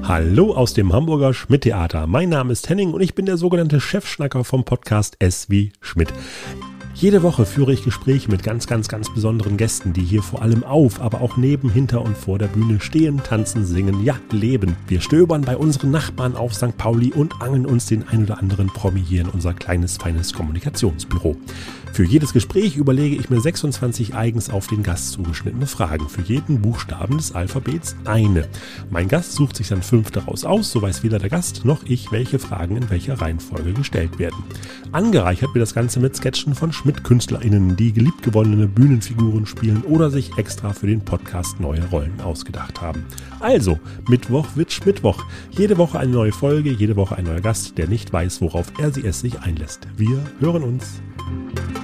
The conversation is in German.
Hallo aus dem Hamburger Schmidt-Theater. Mein Name ist Henning und ich bin der sogenannte Chefschnacker vom Podcast S wie Schmidt. Jede Woche führe ich Gespräche mit ganz besonderen Gästen, die hier vor allem auf, aber auch neben, hinter und vor der Bühne stehen, tanzen, singen, ja, leben. Wir stöbern bei unseren Nachbarn auf St. Pauli und angeln uns den ein oder anderen Promi hier in unser kleines, feines Kommunikationsbüro. Für jedes Gespräch überlege ich mir 26 eigens auf den Gast zugeschnittene Fragen. Für jeden Buchstaben des Alphabets eine. Mein Gast sucht sich dann 5 daraus aus, so weiß weder der Gast noch ich, welche Fragen in welcher Reihenfolge gestellt werden. Angereichert wird das Ganze mit Sketchen von Schmidt-KünstlerInnen, die liebgewonnene Bühnenfiguren spielen oder sich extra für den Podcast neue Rollen ausgedacht haben. Also, Mittwoch wird Schmittwoch. Jede Woche eine neue Folge, jede Woche ein neuer Gast, der nicht weiß, worauf er sie es sich einlässt. Wir hören uns.